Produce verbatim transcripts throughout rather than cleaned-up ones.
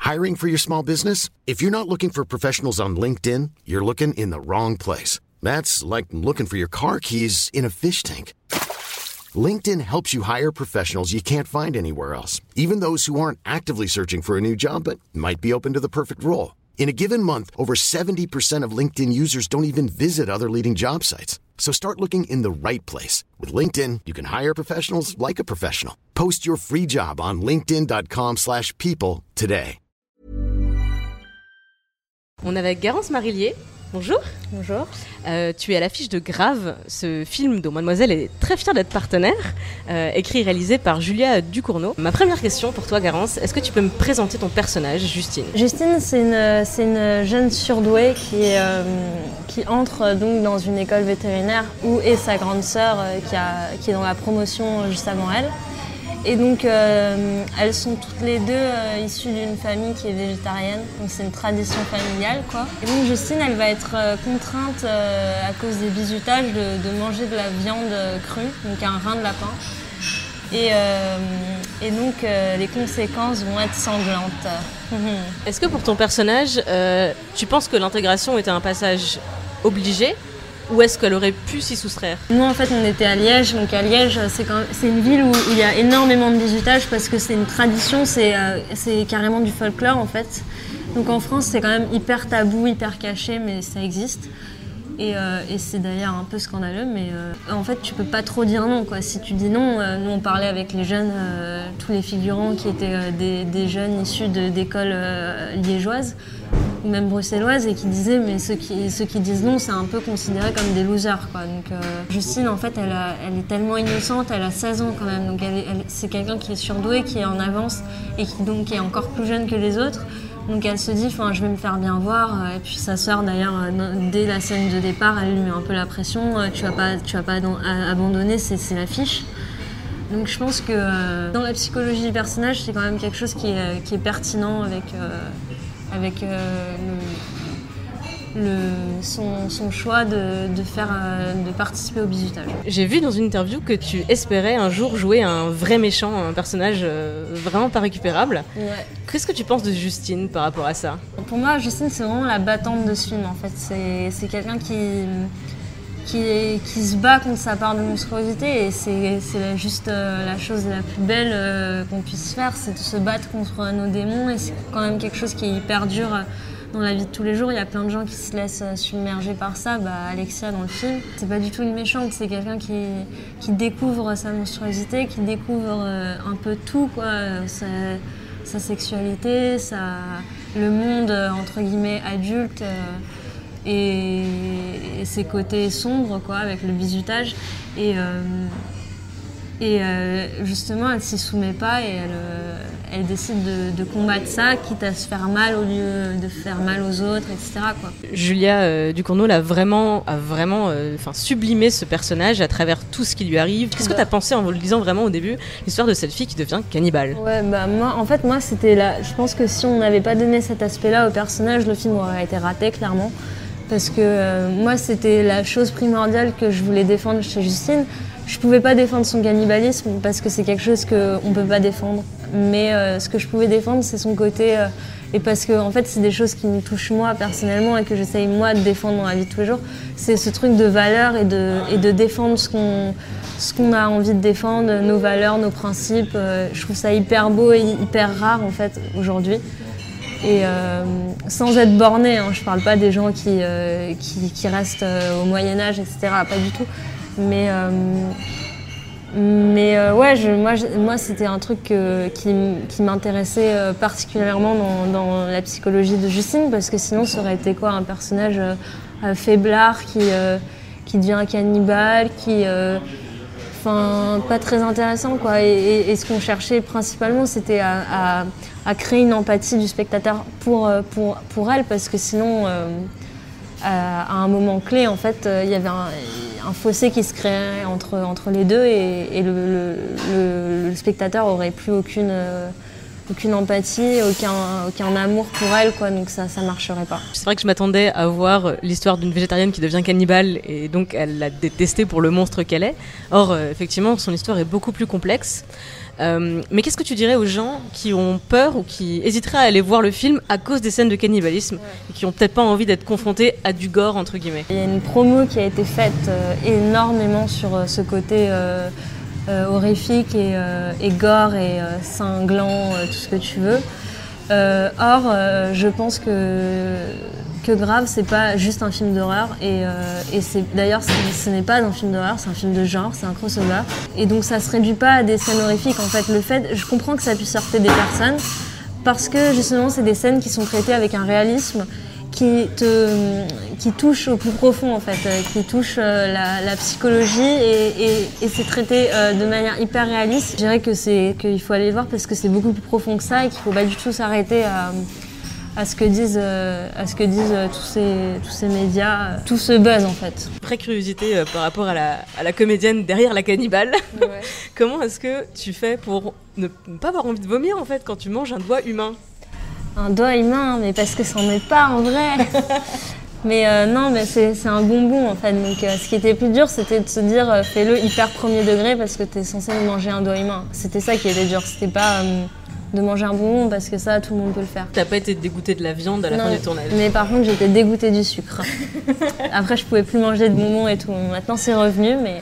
Hiring for your small business? If you're not looking for professionals on LinkedIn, you're looking in the wrong place. That's like looking for your car keys in a fish tank. LinkedIn helps you hire professionals you can't find anywhere else, even those who aren't actively searching for a new job but might be open to the perfect role. In a given month, over seventy percent of LinkedIn users don't even visit other leading job sites. So start looking in the right place. With LinkedIn, you can hire professionals like a professional. Post your free job on linkedin.com slash people today. On est avec Garance Marillier. Bonjour. Bonjour. Euh, tu es à l'affiche de Grave, ce film dont Mademoiselle est très fière d'être partenaire, euh, écrit et réalisé par Julia Ducournau. Ma première question pour toi, Garance, est-ce que tu peux me présenter ton personnage, Justine ? Justine, c'est une, c'est une jeune surdouée qui, euh, qui entre donc dans une école vétérinaire où est sa grande sœur euh, qui, a, qui est dans la promotion juste avant elle. Et donc, euh, elles sont toutes les deux euh, issues d'une famille qui est végétarienne, donc c'est une tradition familiale, quoi. Et donc, Justine, elle va être euh, contrainte, euh, à cause des bizutages, de, de manger de la viande crue, donc un rein de lapin. Et, euh, et donc, euh, les conséquences vont être sanglantes. Est-ce que pour ton personnage, euh, tu penses que l'intégration était un passage obligé ? Ou est-ce qu'elle aurait pu s'y soustraire ? Nous, en fait, on était à Liège. Donc à Liège, c'est, quand même, c'est une ville où, où il y a énormément de bizutage parce que c'est une tradition, c'est, euh, c'est carrément du folklore, en fait. Donc en France, c'est quand même hyper tabou, hyper caché, mais ça existe. Et, euh, et c'est d'ailleurs un peu scandaleux, mais euh, en fait, tu peux pas trop dire non, quoi. Si tu dis non, euh, nous, on parlait avec les jeunes, euh, tous les figurants qui étaient euh, des, des jeunes issus de, d'écoles euh, liégeoises, ou même bruxelloises, et qui disaient, mais ceux qui, ceux qui disent non, c'est un peu considéré comme des losers, quoi. Donc, euh, Justine, en fait, elle, a, elle est tellement innocente, elle a seize ans quand même, donc elle, elle, c'est quelqu'un qui est surdoué, qui est en avance, et qui donc est encore plus jeune que les autres. Donc elle se dit, je vais me faire bien voir. Et puis sa sœur, d'ailleurs, dès la scène de départ, elle lui met un peu la pression. Tu vas pas, tu vas pas abandonner, c'est, c'est l'affiche. Donc je pense que euh, dans la psychologie du personnage, c'est quand même quelque chose qui est, qui est pertinent avec, euh, avec euh, le, le, son, son choix de, de, faire, euh, de participer au bizutage. J'ai vu dans une interview que tu espérais un jour jouer un vrai méchant, un personnage euh, vraiment pas récupérable. Ouais. Qu'est-ce que tu penses de Justine par rapport à ça ? Pour moi, Justine, c'est vraiment la battante de ce film, en fait. C'est, c'est quelqu'un qui, qui, qui se bat contre sa part de monstruosité, et c'est, c'est juste euh, la chose la plus belle euh, qu'on puisse faire, c'est de se battre contre nos démons, et c'est quand même quelque chose qui est hyper dur euh, dans la vie de tous les jours. Il y a plein de gens qui se laissent euh, submerger par ça. Bah, Alexia, dans le film, c'est pas du tout une méchante, c'est quelqu'un qui, qui découvre sa monstruosité, qui découvre euh, un peu tout, quoi. Ça, sa sexualité, sa, le monde entre guillemets adulte euh, et, et ses côtés sombres, quoi, avec le bizutage. Et, euh, et euh, justement, elle s'y soumet pas et elle, euh, elle décide de, de combattre ça, quitte à se faire mal au lieu de faire mal aux autres, et cetera, quoi. Julia euh, Ducournau l'a vraiment, a vraiment euh, sublimé ce personnage à travers tout ce qui lui arrive. Qu'est-ce que tu as pensé en le lisant vraiment au début, l'histoire de cette fille qui devient cannibale ? Ouais, bah moi, en fait, moi, c'était là. Je pense que si on n'avait pas donné cet aspect-là au personnage, le film aurait été raté, clairement. Parce que euh, moi, c'était la chose primordiale que je voulais défendre chez Justine. Je pouvais pas défendre son cannibalisme parce que c'est quelque chose qu'on peut pas défendre. Mais euh, ce que je pouvais défendre, c'est son côté... Euh, et parce que en fait, c'est des choses qui me touchent moi personnellement et que j'essaye moi de défendre dans la vie de tous les jours. C'est ce truc de valeur et de, et de défendre ce qu'on, ce qu'on a envie de défendre, nos valeurs, nos principes. Euh, je trouve ça hyper beau et hyper rare en fait aujourd'hui. Et euh, sans être borné, hein, je parle pas des gens qui, euh, qui, qui restent euh, au Moyen-Âge, et cetera. Pas du tout. Mais, euh, mais euh, ouais, je, moi, je, moi c'était un truc euh, qui, qui m'intéressait euh, particulièrement dans, dans la psychologie de Justine, parce que sinon ça aurait été quoi, un personnage euh, faiblard qui, euh, qui devient cannibale, qui, euh, enfin, pas très intéressant, quoi. Et, et, et ce qu'on cherchait principalement, c'était à, à, à créer une empathie du spectateur pour, pour, pour elle, parce que sinon, euh, à un moment clé, en fait, il y avait un, un fossé qui se créait entre, entre les deux, et, et le, le, le, le spectateur aurait plus aucune, euh, aucune empathie, aucun, aucun amour pour elle, quoi, donc ça ça marcherait pas. C'est vrai que je m'attendais à voir l'histoire d'une végétarienne qui devient cannibale et donc elle l'a détestée pour le monstre qu'elle est. Or, euh, effectivement, son histoire est beaucoup plus complexe. Euh, mais qu'est-ce que tu dirais aux gens qui ont peur ou qui hésiteraient à aller voir le film à cause des scènes de cannibalisme, ouais. et qui ont peut-être pas envie d'être confrontés à du gore entre guillemets? Il y a une promo qui a été faite euh, énormément sur euh, ce côté euh, euh, horrifique et, euh, et gore et euh, cinglant, euh, tout ce que tu veux. Euh, or, euh, je pense que, que Grave, c'est pas juste un film d'horreur. Et, euh, et c'est, d'ailleurs, ce n'est pas un film d'horreur, c'est un film de genre, c'est un crossover. Et donc, ça se réduit pas à des scènes horrifiques. En fait, le fait, je comprends que ça puisse heurter des personnes parce que justement, c'est des scènes qui sont traitées avec un réalisme qui te, qui touche au plus profond en fait, euh, qui touche euh, la, la psychologie et, et, et c'est traité euh, de manière hyper réaliste. Je dirais que c'est qu'il faut aller le voir parce que c'est beaucoup plus profond que ça et qu'il faut pas du tout s'arrêter à, à ce que disent, euh, à ce que disent euh, tous ces, tous ces médias, euh, tout ce buzz en fait. Vraie curiosité euh, par rapport à la, à la comédienne derrière la cannibale. Ouais. Comment est-ce que tu fais pour ne pas avoir envie de vomir en fait quand tu manges un doigt humain? Un doigt humain, mais parce que ça n'en est pas en vrai. Mais euh, non, mais c'est, c'est un bonbon en fait. Donc euh, ce qui était plus dur, c'était de se dire euh, fais-le hyper premier degré parce que t'es censé manger un doigt humain. C'était ça qui était dur. C'était pas euh, de manger un bonbon parce que ça, tout le monde peut le faire. T'as pas été dégoûtée de la viande à la non, fin du tournage? Mais par contre, j'étais dégoûtée du sucre. Après, je pouvais plus manger de bonbons et tout. Maintenant, c'est revenu, mais.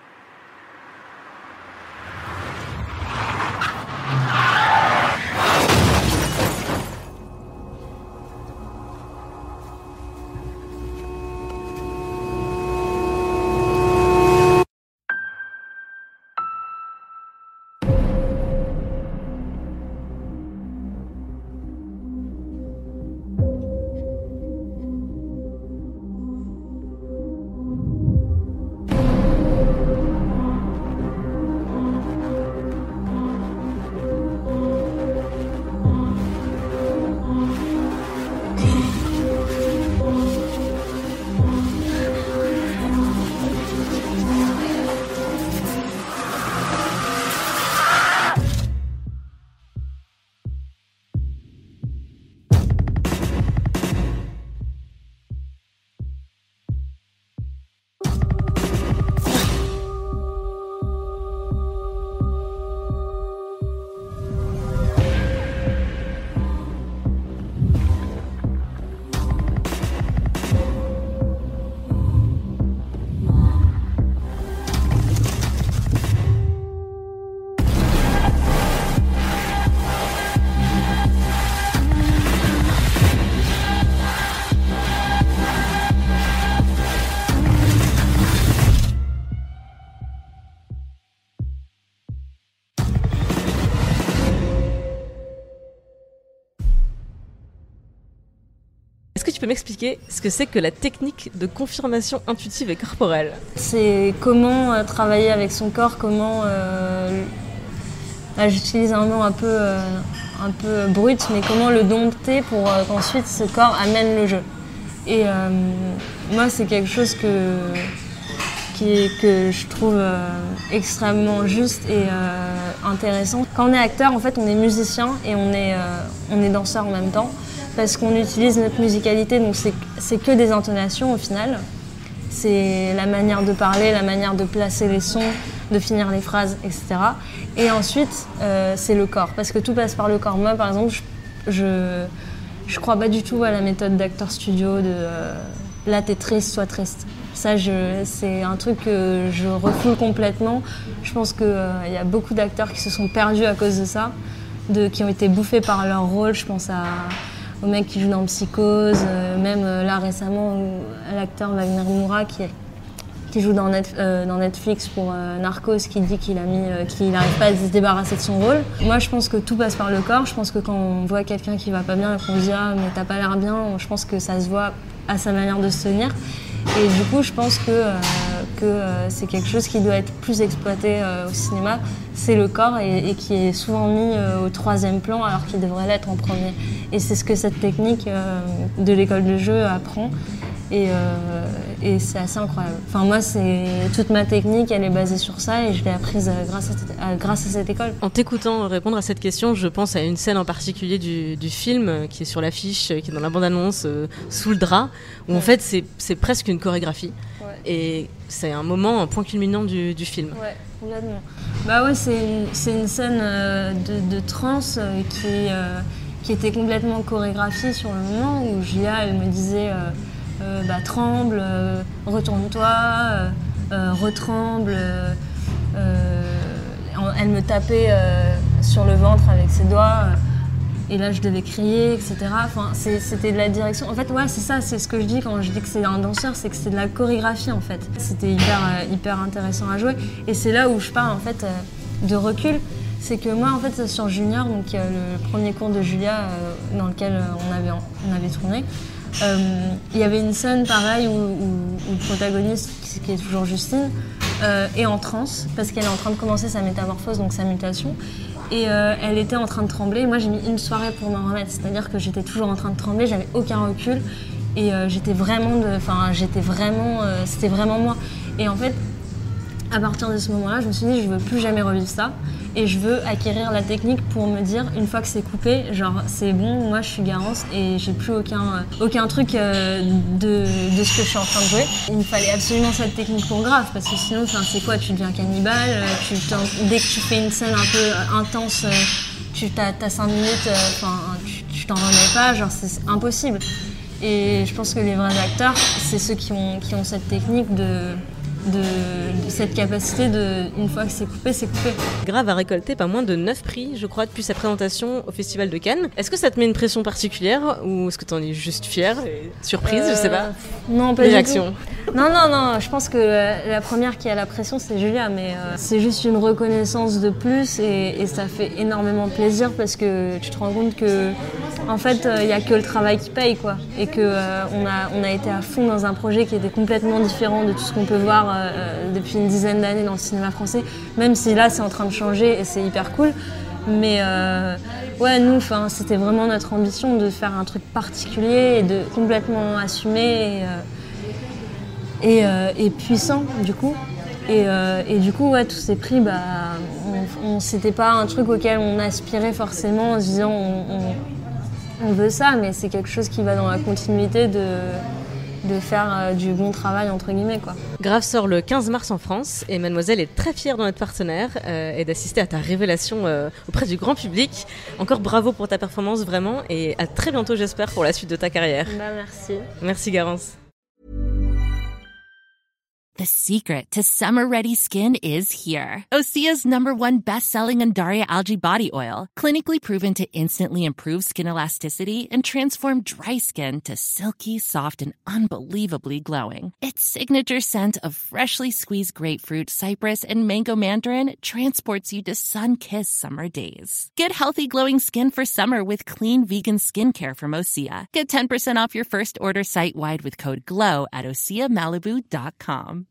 Est-ce que tu peux m'expliquer ce que c'est que la technique de confirmation intuitive et corporelle? C'est comment euh, travailler avec son corps, comment... Euh, là, j'utilise un mot un peu, euh, un peu brut, mais comment le dompter pour euh, qu'ensuite ce corps amène le jeu. Et euh, moi, c'est quelque chose que, qui, que je trouve euh, extrêmement juste et euh, intéressant. Quand on est acteur, en fait, on est musicien et on est, euh, on est danseur en même temps. Parce qu'on utilise notre musicalité, donc c'est, c'est que des intonations au final. C'est la manière de parler, la manière de placer les sons, de finir les phrases, et cetera. Et ensuite, euh, c'est le corps, parce que tout passe par le corps. Moi, par exemple, je, je, je crois pas du tout à la méthode d'acteur studio de euh, là, t'es triste, sois triste. Ça, je, c'est un truc que je refoule complètement. Je pense qu'il euh, y a beaucoup d'acteurs qui se sont perdus à cause de ça, de, qui ont été bouffés par leur rôle. Je pense à... au mec qui joue dans Psychose, euh, même euh, là récemment, à l'acteur Wagner Moura qui, qui joue dans, Net, euh, dans Netflix pour euh, Narcos, qui dit qu'il a mis, euh, qu'il n'arrive pas à se débarrasser de son rôle. Moi, je pense que tout passe par le corps. Je pense que quand on voit quelqu'un qui va pas bien et qu'on se dit « Ah, mais t'as pas l'air bien », je pense que ça se voit à sa manière de se tenir. Et du coup, je pense que, euh, que euh, c'est quelque chose qui doit être plus exploité euh, au cinéma. C'est le corps et, et qui est souvent mis euh, au troisième plan alors qu'il devrait l'être en premier. Et c'est ce que cette technique euh, de l'école de jeu apprend. Et, euh, et c'est assez incroyable. Enfin, moi, c'est, toute ma technique, elle est basée sur ça et je l'ai apprise euh, grâce, à, à, grâce à cette école. En t'écoutant répondre à cette question, je pense à une scène en particulier du, du film euh, qui est sur l'affiche, euh, qui est dans la bande-annonce, euh, sous le drap, où ouais. en fait, c'est, c'est presque une chorégraphie. Ouais. Et c'est un moment, un point culminant du, du film. Ouais. complètement. Bah ouais, c'est une, c'est une scène euh, de, de trance euh, qui, euh, qui était complètement chorégraphiée sur le moment où Julia, elle me disait euh, euh, bah, tremble, euh, retourne-toi, euh, euh, retremble. Euh, euh, elle me tapait euh, sur le ventre avec ses doigts. Euh, Et là, je devais crier, et cetera. Enfin, c'est, c'était de la direction. En fait, ouais, c'est ça, c'est ce que je dis quand je dis que c'est un danseur, c'est que c'est de la chorégraphie, en fait. C'était hyper, euh, hyper intéressant à jouer. Et c'est là où je parle, en fait, euh, de recul. C'est que moi, en fait, sur Junior, donc euh, le premier cours de Julia euh, dans lequel euh, on, avait, on avait tourné, euh, il y avait une scène, pareille, où, où, où le protagoniste, qui est toujours Justine, euh, est en transe, parce qu'elle est en train de commencer sa métamorphose, donc sa mutation. Et euh, elle était en train de trembler. Moi, j'ai mis une soirée pour m'en remettre. C'est-à-dire que j'étais toujours en train de trembler, j'avais aucun recul. Et euh, j'étais vraiment, de, enfin, j'étais vraiment, euh, c'était vraiment moi. Et en fait, à partir de ce moment-là, je me suis dit, je veux plus jamais revivre ça. Et je veux acquérir la technique pour me dire, une fois que c'est coupé, genre, c'est bon, moi, je suis Garance et j'ai plus aucun, euh, aucun truc euh, de, de ce que je suis en train de jouer. Il me fallait absolument cette technique pour Grave, parce que sinon, c'est quoi, tu deviens cannibale, euh, tu, dès que tu fais une scène un peu intense, euh, tu t'as, t'as cinq minutes, enfin, euh, tu, tu t'en remets pas, genre, c'est, c'est impossible. Et je pense que les vrais acteurs, c'est ceux qui ont, qui ont cette technique de... De, de cette capacité de, une fois que c'est coupé, c'est coupé. Grave a récolté pas moins de neuf prix, je crois, depuis sa présentation au Festival de Cannes. Est-ce que ça te met une pression particulière ou est-ce que t'en es juste fière et surprise, euh, je sais pas. Non, pas Les du réactions. tout. Non, non, non, je pense que la, la première qui a la pression, c'est Julia, mais euh, c'est juste une reconnaissance de plus et, et ça fait énormément plaisir parce que tu te rends compte que, en fait, il euh, n'y a que le travail qui paye, quoi. Et qu'on euh, a, on a été à fond dans un projet qui était complètement différent de tout ce qu'on peut voir Euh, depuis une dizaine d'années dans le cinéma français, même si là c'est en train de changer et c'est hyper cool. Mais euh, ouais, nous, c'était vraiment notre ambition de faire un truc particulier et de complètement assumer et, euh, et, euh, et puissant du coup. Et, euh, et du coup, ouais, tous ces prix, bah, on, on, c'était pas un truc auquel on aspirait forcément en se disant on, on, on veut ça, mais c'est quelque chose qui va dans la continuité de de faire euh, du bon travail entre guillemets quoi. Grave sort le quinze mars en France et Mademoiselle est très fière d'en être partenaire euh, et d'assister à ta révélation euh, auprès du grand public. Encore bravo pour ta performance vraiment et à très bientôt j'espère pour la suite de ta carrière. Bah merci. Merci Garance. The secret to summer-ready skin is here. Osea's number one best-selling Undaria Algae Body Oil, clinically proven to instantly improve skin elasticity and transform dry skin to silky, soft, and unbelievably glowing. Its signature scent of freshly squeezed grapefruit, cypress, and mango mandarin transports you to sun-kissed summer days. Get healthy, glowing skin for summer with clean vegan skincare from Osea. Get ten percent off your first order site-wide with code GLOW at osea malibu dot com.